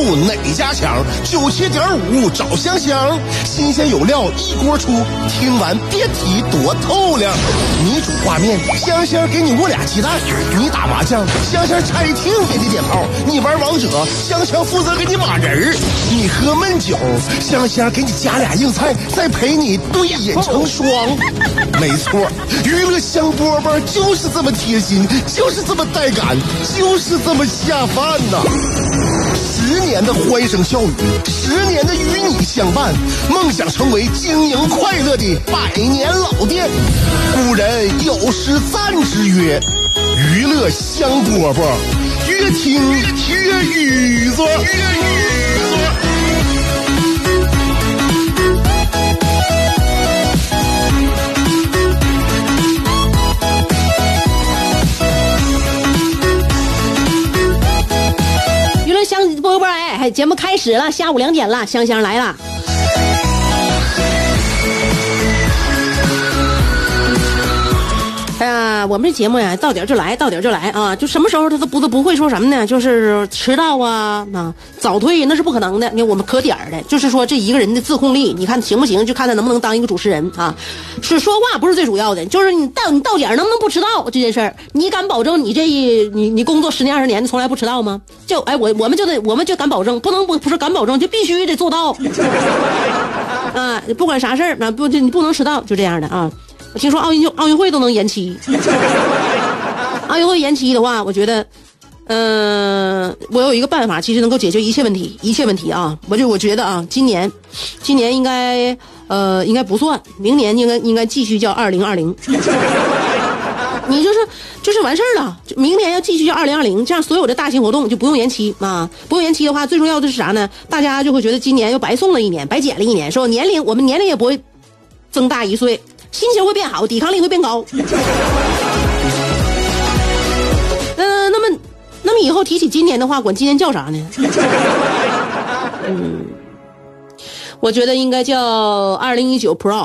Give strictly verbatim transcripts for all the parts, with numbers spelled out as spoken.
卤哪家强？九七点五找香香，新鲜有料一锅出，听完别提多透亮。你煮挂面，香香给你握俩鸡蛋；你打麻将，香香拆听给你点炮；你玩王者，香香负责给你码人；你喝闷酒，香香给你加俩硬菜，再陪你对饮成双。没错，娱乐香饽饽就是这么贴心，就是这么带感，就是这么下饭呐、啊！十年的欢声笑语，十年的与你相伴，梦想成为经营快乐的百年老店。古人有诗赞之曰：娱乐香饽饽，越听越语子。 香饽饽，哎，节目开始了，下午两点了，香香来了。哎呀，我们这节目呀，到点就来，到点就来啊！就什么时候他都不都不会说什么呢？就是迟到啊，啊，早退那是不可能的。你看我们可点儿的，就是说这一个人的自控力，你看行不行？就看他能不能当一个主持人啊。是说话不是最主要的，就是你到你到点能不能不迟到这件事儿，你敢保证你这一你你工作十年二十年从来不迟到吗？就哎我我们就得我们就敢保证，不能不不是敢保证，就必须得做到啊！不管啥事儿，那不就你不能迟到，就这样的啊。我听说奥运奥运会都能延期，奥运会延期的话，我觉得，嗯、呃，我有一个办法，其实能够解决一切问题，一切问题啊！我就我觉得啊，今年，今年应该呃应该不算，明年应该应该继续叫二零二零，你就是就是完事儿了，明年要继续叫二零二零，这样所有的大型活动就不用延期啊！不用延期的话，最重要的是啥呢？大家就会觉得今年又白送了一年，白减了一年，说年龄我们年龄也不会增大一岁。心情会变好，抵抗力会变高。嗯、呃，那么，那么以后提起今年的话，管今年叫啥呢？嗯，我觉得应该叫二零一九 Pro。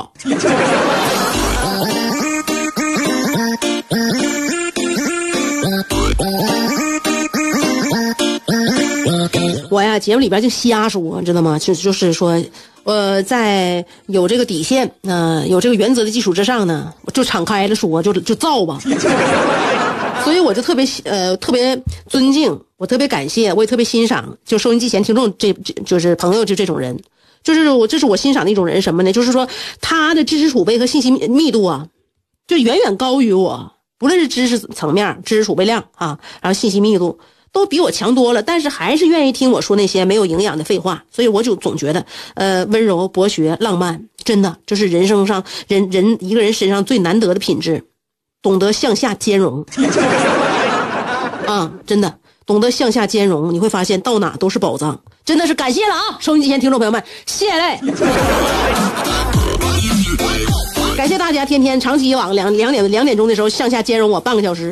我呀，节目里边就瞎说，知道吗？就就是说。呃，在有这个底线，呃，有这个原则的基础之上呢，我就敞开了说，就就造吧。所以我就特别呃特别尊敬，我特别感谢，我也特别欣赏，就收音机前听众这这就是朋友就这种人，就是我这是我欣赏的一种人什么呢？就是说他的知识储备和信息密度啊，就远远高于我，不论是知识层面、知识储备量啊，然后信息密度。都比我强多了，但是还是愿意听我说那些没有营养的废话，所以我就总觉得，呃，温柔、博学、浪漫，真的这是人生上人人一个人身上最难得的品质，懂得向下兼容，啊，真的懂得向下兼容，你会发现到哪都是宝藏，真的是感谢了啊！收音机前听众朋友们，谢谢嘞。感谢大家天天长期以往两两点两点钟的时候向下兼容我半个小时。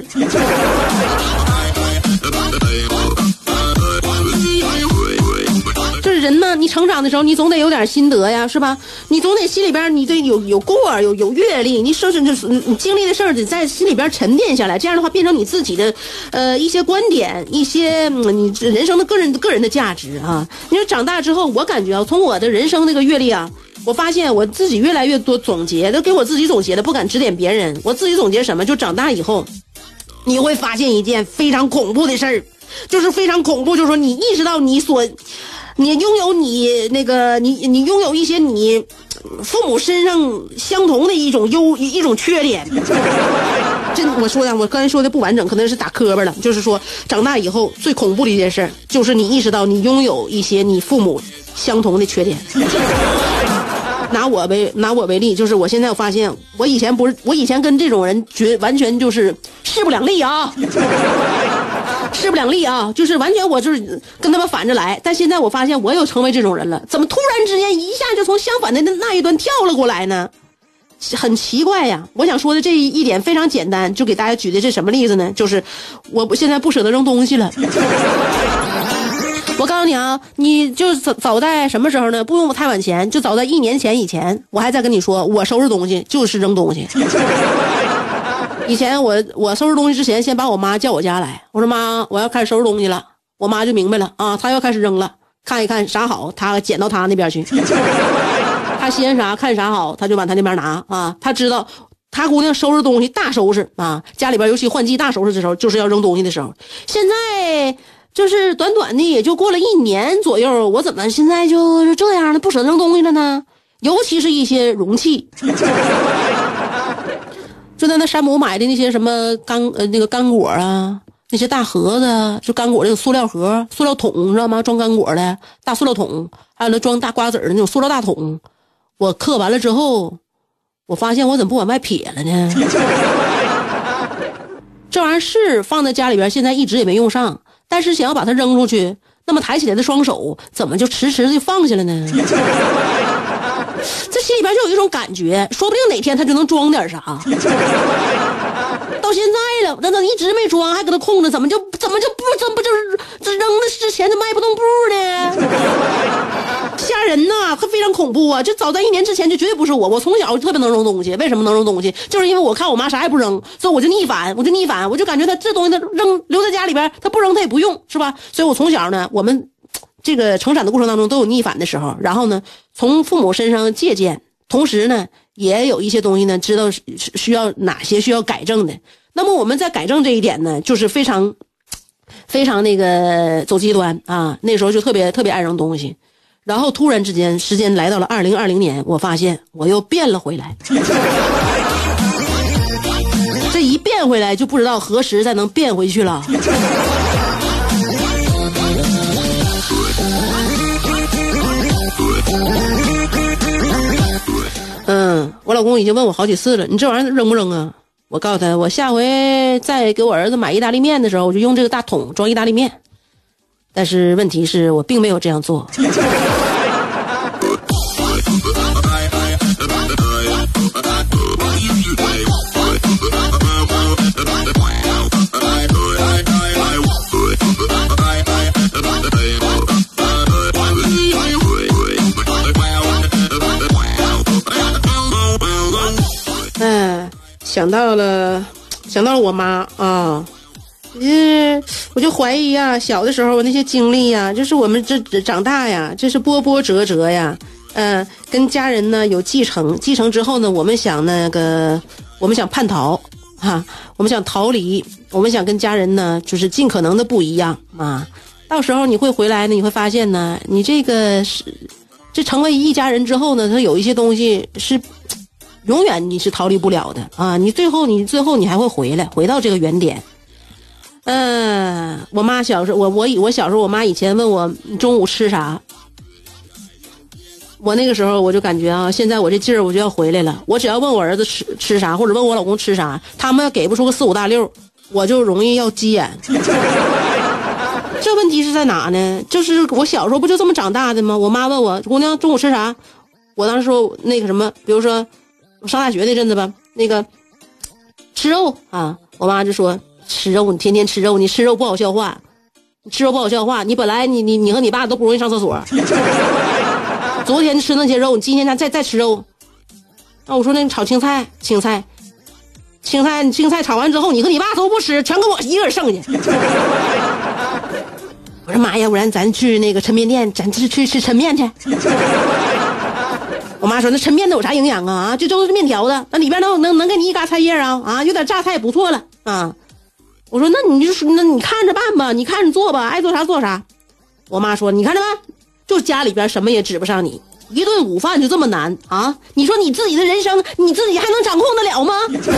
就是人呢，你成长的时候，你总得有点心得呀，是吧？你总得心里边你得有有过有有阅历，你说是就是你经历的事儿得在心里边沉淀下来，这样的话变成你自己的呃一些观点，一些、嗯、你人生的个人个人的价值啊。你说长大之后，我感觉啊，从我的人生那个阅历啊，我发现我自己越来越多总结，都给我自己总结的，不敢指点别人。我自己总结什么？就长大以后，你会发现一件非常恐怖的事儿，就是非常恐怖，就是说你意识到你所。你拥有你那个你你拥有一些你父母身上相同的一种优一种缺点。这我说的我刚才说的不完整，可能是打磕巴了。就是说长大以后最恐怖的一件事，就是你意识到你拥有一些你父母相同的缺点。拿我为拿我为例，就是我现在我发现我以前不是我以前跟这种人绝完全就是势不两立啊。势不两立啊，就是完全我就是跟他们反着来，但现在我发现我又成为这种人了，怎么突然之间一下就从相反的那一端跳了过来呢？很奇怪呀。我想说的这一点非常简单，就给大家举的是什么例子呢？就是我现在不舍得扔东西了。我告诉你啊，你就早早在什么时候呢？不用太晚前，就早在一年前以前，我还在跟你说，我收拾东西就是扔东西。以前我我收拾东西之前，先把我妈叫我家来，我说妈，我要开始收拾东西了。我妈就明白了啊，她要开始扔了。 看一看啥好，他捡到他那边去。他稀罕啥看啥好，他就往他那边拿啊。他知道他姑娘收拾东西大收拾啊，家里边尤其换季大收拾的时候，就是要扔东西的时候。现在就是短短的也就过了一年左右，我怎么现在就是这样的不舍得扔东西了呢？尤其是一些容器。就在那山姆买的那些什么干呃那个干果啊，那些大盒子，就干果那种塑料盒、塑料桶，知道吗？装干果的大塑料桶，还有那装大瓜子的那种塑料大桶。我刻完了之后，我发现我怎么不往外撇了呢？这玩意儿是放在家里边，现在一直也没用上，但是想要把它扔出去，那么抬起来的双手怎么就迟迟就放下了呢？这心里边就有一种感觉，说不定哪天他就能装点啥。到现在了，那那一直没装，还搁那空着，怎么就怎么就不怎么就是这扔的之前就迈不动步呢？吓人呐，可非常恐怖啊！这早在一年之前就绝对不是我，我从小就特别能扔东西。为什么能扔东西？就是因为我看我妈啥也不扔，所以我就逆反，我就逆反，我就感觉他这东西他扔留在家里边，他不扔他也不用，是吧？所以我从小呢，我们这个成长的过程当中都有逆反的时候，然后呢，从父母身上借鉴，同时呢，也有一些东西呢，知道需要哪些需要改正的。那么我们在改正这一点呢，就是非常非常那个走极端啊，那时候就特别特别爱扔东西。然后突然之间，时间来到了二零二零年，我发现我又变了回来。这一变回来，就不知道何时才能变回去了。嗯，我老公已经问我好几次了，你这玩意儿扔不扔啊？我告诉他，我下回再给我儿子买意大利面的时候，我就用这个大桶装意大利面。但是问题是我并没有这样做。哎，想到了，想到了我妈啊。嗯，我就怀疑呀，小的时候我那些经历呀，就是我们这长大呀，这是波波折折呀，嗯、呃，跟家人呢有继承，继承之后呢，我们想那个，我们想叛逃，哈，我们想逃离，我们想跟家人呢，就是尽可能的不一样啊。到时候你会回来呢，你会发现呢，你这个是，这成为一家人之后呢，它有一些东西是永远你是逃离不了的啊，你最后你最后你还会回来，回到这个原点。嗯，我妈小时候，我我我小时候，我妈以前问我中午吃啥，我那个时候我就感觉啊，现在我这劲儿我就要回来了。我只要问我儿子吃吃啥，或者问我老公吃啥，他们要给不出个四五大六，我就容易要急眼。这问题是在哪呢？就是我小时候不就这么长大的吗？我妈问我姑娘中午吃啥，我当时说那个什么，比如说我上大学那阵子吧，那个吃肉啊，我妈就说。吃肉，你天天吃肉，你吃肉不好消化，你吃肉不好消化，你本来你你你和你爸都不容易上厕所。昨天吃那些肉，你今天再再吃肉。那我说那你炒青菜，青菜，青菜，青菜炒完之后，你和你爸都不吃，全给我一个人剩下。我说妈呀，不然咱去那个抻面店，咱去去吃抻面去。我妈说那抻面的有啥营养啊？啊，这都是面条的，那里边能能能给你一嘎菜叶啊？啊，有点榨菜不错了啊。我说那你就说那你看着办吧，你看着做吧，爱做啥做啥。我妈说你看着吧，就家里边什么也指不上你，一顿午饭就这么难啊？你说你自己的人生你自己还能掌控得了吗？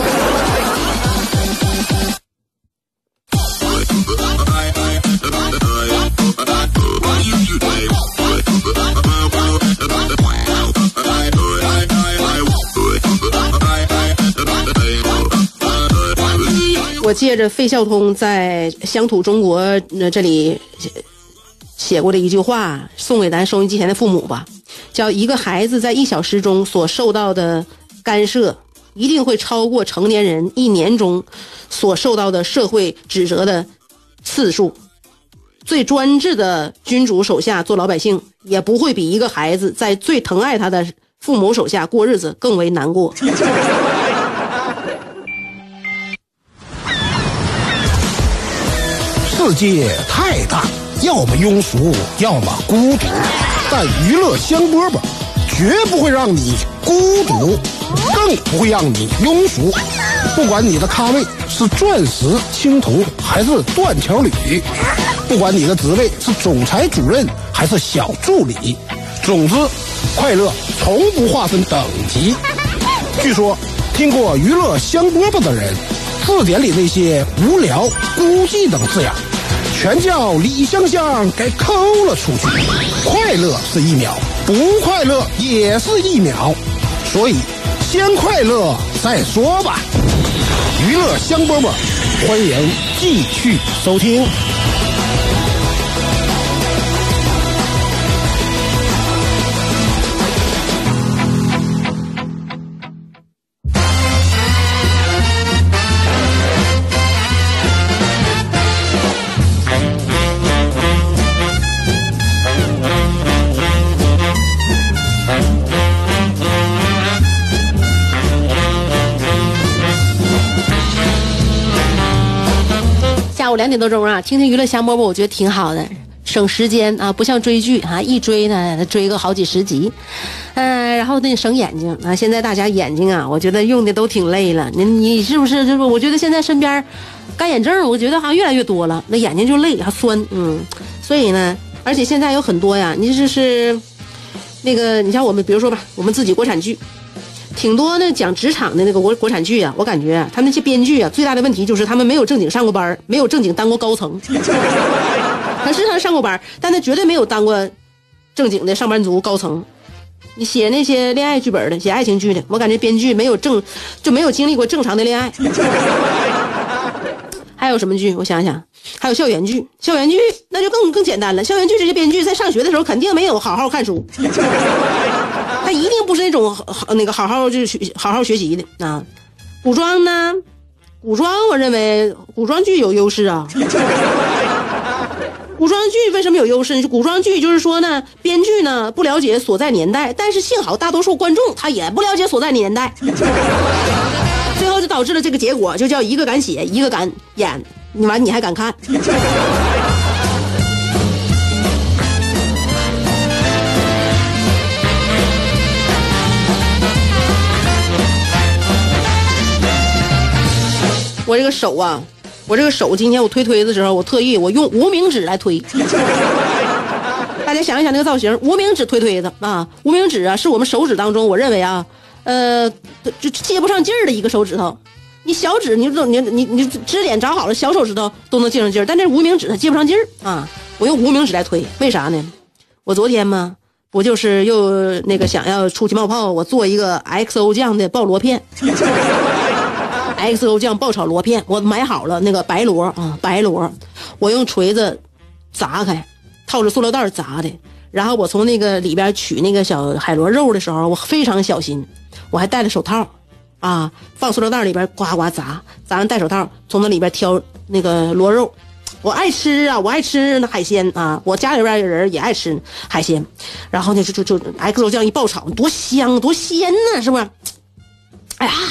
我借着费孝通在乡土中国这里写过的一句话送给咱收音机前的父母吧，叫一个孩子在一小时中所受到的干涉一定会超过成年人一年中所受到的社会指责的次数，最专制的君主手下做老百姓也不会比一个孩子在最疼爱他的父母手下过日子更为难过。 世界太大， 要么庸俗，要么孤独，但娱乐香饽饽绝不会让你孤独，更不会让你庸俗。不管你的咖位是钻石、青铜还是断桥铝，不管你的职位是总裁、主任还是小助理，总之，快乐从不划分等级。据说，听过娱乐香饽饽的人，字典里那些无聊、孤寂等字眼，全叫李香香给抠了出去。快乐是一秒，不快乐也是一秒，所以先快乐再说吧。娱乐香饽饽，欢迎继续收听。 下午两点多钟啊，听听娱乐香饽饽，我觉得挺好的，省时间啊，不像追剧啊，一追呢追个好几十集，嗯、呃，然后那省眼睛啊。现在大家眼睛啊，我觉得用的都挺累了。你你是不是？就是我觉得现在身边干眼症，我觉得好像越来越多了，那眼睛就累还酸，嗯，所以呢，而且现在有很多呀，你就是那个，你像我们，比如说吧，我们自己国产剧。挺多那讲职场的那个国国产剧啊，我感觉啊，他们那些编剧啊，最大的问题就是他们没有正经上过班，没有正经当过高层。他是他上过班，但他绝对没有当过正经的上班族高层。你写那些恋爱剧本的，写爱情剧的，我感觉编剧没有正就没有经历过正常的恋爱。还有什么剧？我想想，还有校园剧。校园剧那就更更简单了。校园剧这些编剧在上学的时候肯定没有好好看书。他一定不是那种那个好好就是好好学习的啊。古装呢，古装我认为古装剧有优势啊。古装剧为什么有优势？古装剧就是说呢，编剧呢不了解所在年代，但是幸好大多数观众他也不了解所在年代，最后就导致了这个结果，就叫一个敢写，一个敢演，你完你还敢看。我这个手啊，我这个手今天我推推的时候，我特意我用无名指来推。大家想一想那个造型，无名指推推的啊，无名指啊是我们手指当中我认为啊，呃，就接不上劲儿的一个手指头。你小指你你你你指点找好了，小手指头都能接上劲儿，但这无名指它接不上劲儿啊。我用无名指来推，为啥呢？我昨天嘛，不就是又那个想要出气冒泡，我做一个 X O 酱的爆螺片。X O 酱爆炒螺片，我买好了那个白螺啊，白螺，我用锤子砸开，套着塑料袋砸的。然后我从那个里边取那个小海螺肉的时候，我非常小心，我还戴了手套，啊，放塑料袋里边呱呱砸，砸完戴手套，从那里边挑那个螺肉。我爱吃啊，我爱吃那海鲜啊，我家里边的人也爱吃海鲜。然后呢，就就就 X O 酱一爆炒，多香多鲜呢，是不是？哎呀！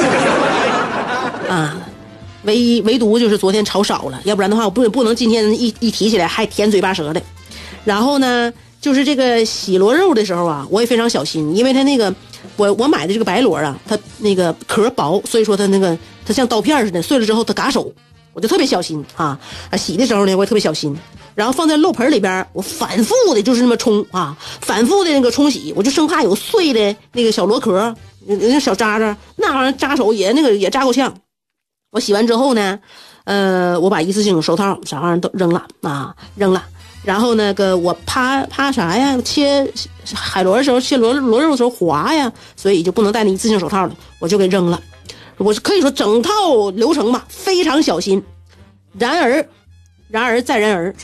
啊，唯一唯独就是昨天炒少了，要不然的话我不不能今天一一提起来还甜嘴巴舌的。然后呢，就是这个洗螺肉的时候啊，我也非常小心，因为它那个我我买的这个白螺啊，它那个壳薄，所以说它那个它像刀片似的，碎了之后它嘎手，我就特别小心啊。啊，洗的时候呢我也特别小心，然后放在漏盆里边，我反复的就是那么冲啊，反复的那个冲洗，我就生怕有碎的那个小螺壳，那小渣渣，那玩意儿扎手也那个也扎够呛。我洗完之后呢，呃，我把一次性手套啥玩意儿都扔了啊，扔了。然后那个我怕怕啥呀？切海螺的时候，切螺螺肉的时候滑呀，所以就不能戴那一次性手套了，我就给扔了。我可以说整套流程吧，非常小心。然而，然而再然而，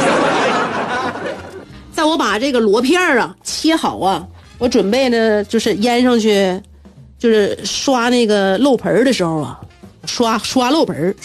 在我把这个螺片啊切好啊，我准备呢就是腌上去，就是刷那个漏盆的时候啊。刷刷漏盆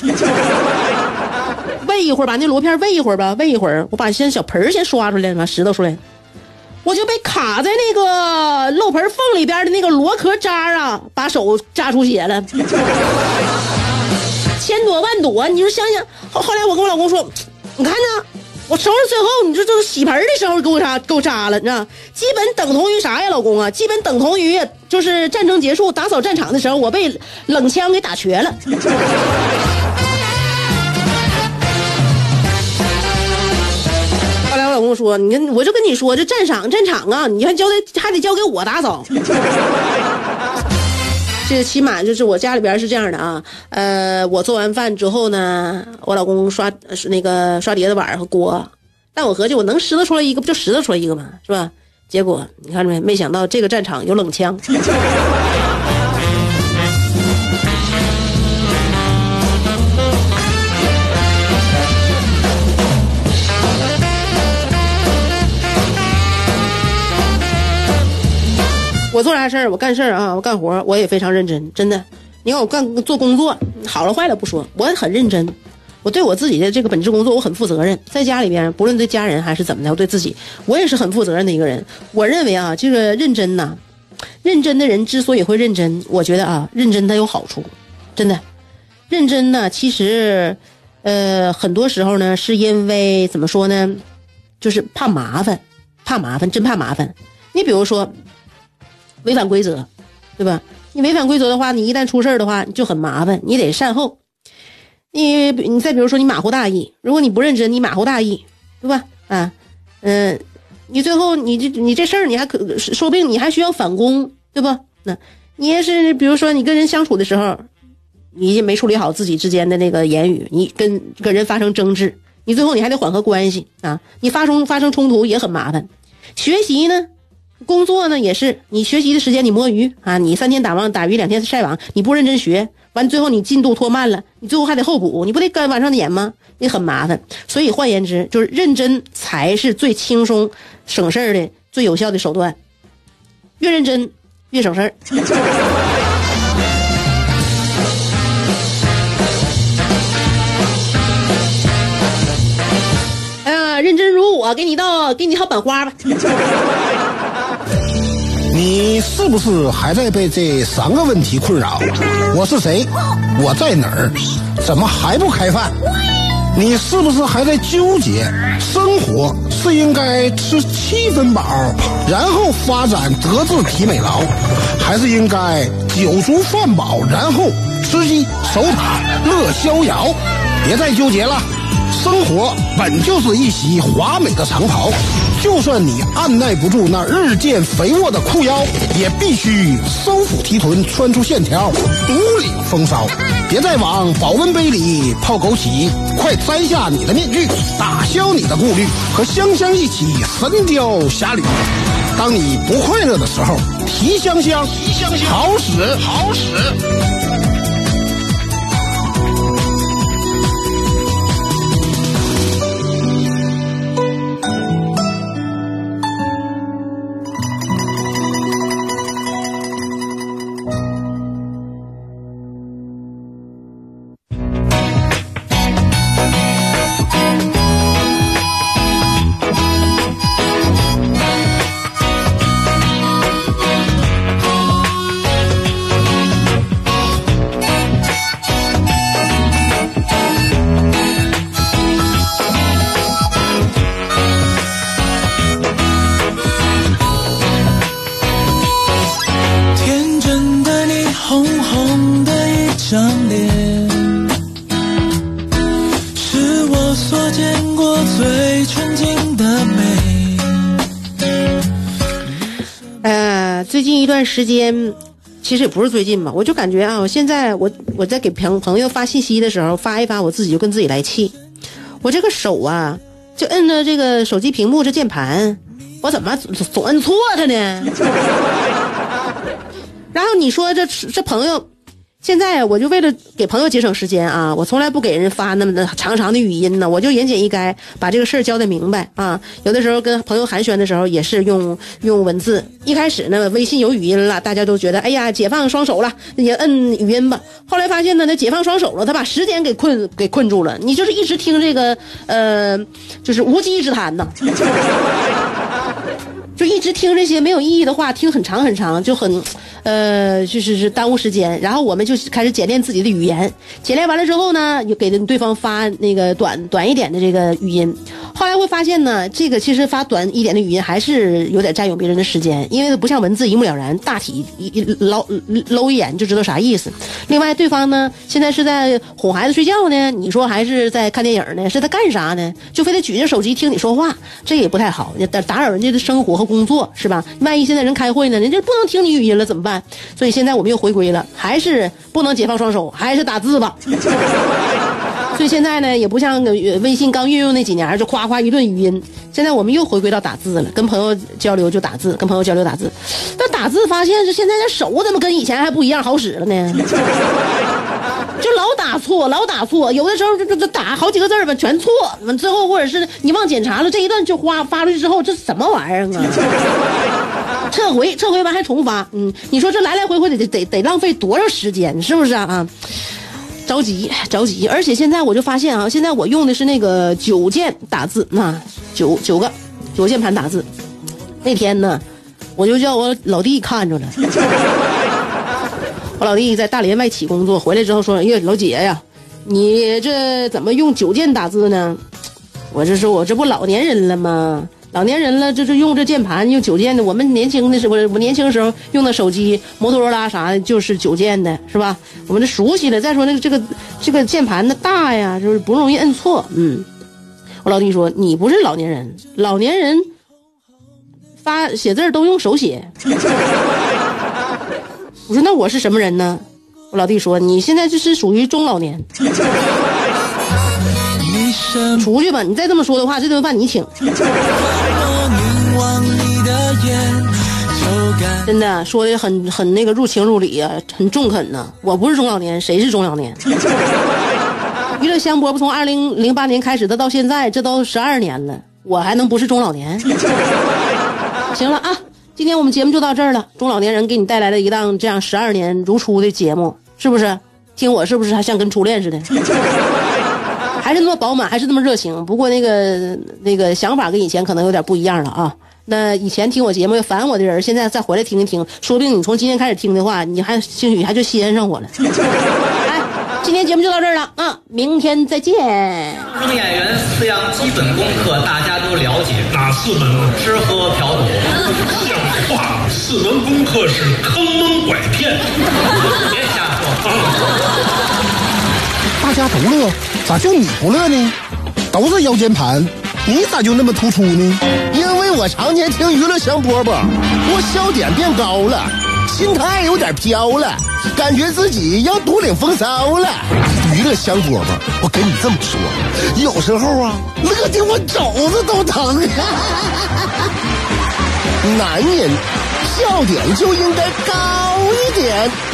喂一会儿，把那螺片喂一会儿吧，喂一会儿，我把先小盆先刷出来，把石头出来，我就被卡在那个漏盆缝里边的那个螺壳渣啊，把手扎出血了，千躲万躲。你说想想，后后来我跟我老公说，你看呢， 我收拾最后，你这这洗盆的时候给我扎给我扎了，你知道？基本等同于啥呀，老公啊？基本等同于就是战争结束打扫战场的时候，我被冷枪给打瘸了。后来我老公说：“你跟我就跟你说，这战场战场啊，你还交的还得交给我打扫。”这起码就是我家里边是这样的啊，呃，我做完饭之后呢，我老公刷是那个刷碟子碗和锅，但我合计我能拾掇出来一个，不就拾掇出来一个吗？是吧？结果你看没？没想到这个战场有冷枪。我做啥事儿，我干事儿啊，我干活我也非常认真，真的。你看我干做工作，好了坏了不说，我很认真。我对我自己的这个本职工作我很负责任，在家里边不论对家人还是怎么的，我对自己我也是很负责任的一个人。我认为啊，这个认真呐、啊，认真的人之所以会认真，我觉得啊，认真它有好处，真的。认真呢，其实呃很多时候呢是因为怎么说呢，就是怕麻烦，怕麻烦，真怕麻烦。你比如说违反规则，对吧？你违反规则的话，你一旦出事的话就很麻烦，你得善后。你你再比如说你马虎大意，如果你不认真，你马虎大意，对吧？啊，嗯、呃，你最后你这你这事儿你还可说不定你还需要反攻，对吧？那你也是比如说你跟人相处的时候，你没处理好自己之间的那个言语，你跟跟人发生争执，你最后你还得缓和关系啊，你发生发生冲突也很麻烦。学习呢？工作呢也是，你学习的时间你摸鱼啊，你三天打网打鱼两天晒网，你不认真学，完最后你进度拖慢了，你最后还得后补，你不得干晚上点吗？也很麻烦。所以换言之，就是认真才是最轻松省事儿的最有效的手段，越认真越省事儿。哎呀，认真如我，给你道给你套板花吧。 你是不是还在被这三个问题困扰？我是谁？我在哪儿？怎么还不开饭？你是不是还在纠结生活是应该吃七分饱，然后发展德智体美劳，还是应该酒足饭饱，然后吃鸡守塔乐逍遥？别再纠结了，生活本就是一袭华美的长袍，就算你按耐不住那日渐肥沃的裤腰，也必须收腹提臀，穿出线条，独领风骚。别再往保温杯里泡枸杞，快摘下你的面具，打消你的顾虑，和香香一起神雕侠侣。当你不快乐的时候，提香香，提香香，好使好使。 最近一段时间，其实也不是最近吧，我就感觉啊，我现在我我在给朋朋友发信息的时候，发一发我自己就跟自己来气，我这个手啊，就摁着这个手机屏幕这键盘，我怎么总摁错它呢？然后你说这这朋友。现在我就为了给朋友节省时间啊，我从来不给人发那么的长长的语音呢，我就言简意赅，把这个事儿交代明白啊。有的时候跟朋友寒暄的时候也是用用文字。一开始呢，微信有语音了，大家都觉得哎呀解放双手了，也摁语音吧。后来发现呢，那解放双手了，他把时间给困给困住了，你就是一直听这个呃，就是无稽之谈呐。就一直听这些没有意义的话，听很长很长，就很，呃，就是是耽误时间。然后我们就开始简练自己的语言，简练完了之后呢，又给对方发那个短短一点的这个语音。 后来会发现呢，这个其实发短一点的语音还是有点占用别人的时间，因为不像文字一目了然，大体一捞搂一眼就知道啥意思。另外对方呢现在是在哄孩子睡觉呢，你说还是在看电影呢，是在干啥呢，就非得举着手机听你说话，这也不太好，打打扰人家的生活和工作是吧？万一现在人开会呢，人家不能听你语音了怎么办？所以现在我们又回归了，还是不能解放双手，还是打字吧。所以现在呢，也不像微信刚运用那几年就夸夸一顿语音，现在我们又回归到打字了，跟朋友交流就打字，跟朋友交流打字。但打字发现是现在这手怎么跟以前还不一样好使了呢？就老打错，老打错，有的时候就就打好几个字吧，全错，最后或者是你忘检查了，这一段就花发出去之后，这什么玩意儿啊？撤回，撤回完还重发，嗯，你说这来来回回得得得浪费多少时间，是不是啊？着急着急，而且现在我就发现啊，现在我用的是那个九键打字，那九九个九键盘打字。那天呢，我就叫我老弟看着了，我老弟在大连外企工作，回来之后说：“哎，老姐呀，你这怎么用九键打字呢？”我就说：“我这不老年人了吗？老年人了，这是用这键盘用九键的。我们年轻的时候，我年轻的时候用的手机、摩托罗拉啥的，就是九键的，是吧？我们这熟悉了。再说那个这个这个键盘的大呀，就是不容易摁错。嗯，我老弟说你不是老年人，老年人发写字都用手写。我说那我是什么人呢？我老弟说你现在就是属于中老年。出去吧，你再这么说的话，这顿饭你请。真的说的很很那个入情入理啊，很中肯呢。我不是中老年，谁是中老年？娱乐香饽饽从二零零八年开始的到现在，这都十二年了，我还能不是中老年？行了啊，今天我们节目就到这儿了。中老年人给你带来了一档这样十二年如初的节目，是不是？听我是不是还像跟初恋似的？还是那么饱满，还是那么热情，不过那个那个想法跟以前可能有点不一样了啊。那以前听我节目要烦我的人，现在再回来听一听，说不定你从今天开始听的话，你还兴许还就吸引上我了。哎，今天节目就到这儿了啊，明天再见。 相声演员四样基本功课大家都了解， 哪四门？ 吃喝嫖赌。 像话，四门功课是坑蒙拐骗。 别瞎说。 大家都乐，咋就你不乐呢？都是腰间盘，你咋就那么突出呢？因为我常年听娱乐香饽饽，我笑点变高了，心态有点飘了，感觉自己要独领风骚了。娱乐香饽饽，我跟你这么说，有时候啊，乐得我肘子都疼。男人笑点就应该高一点。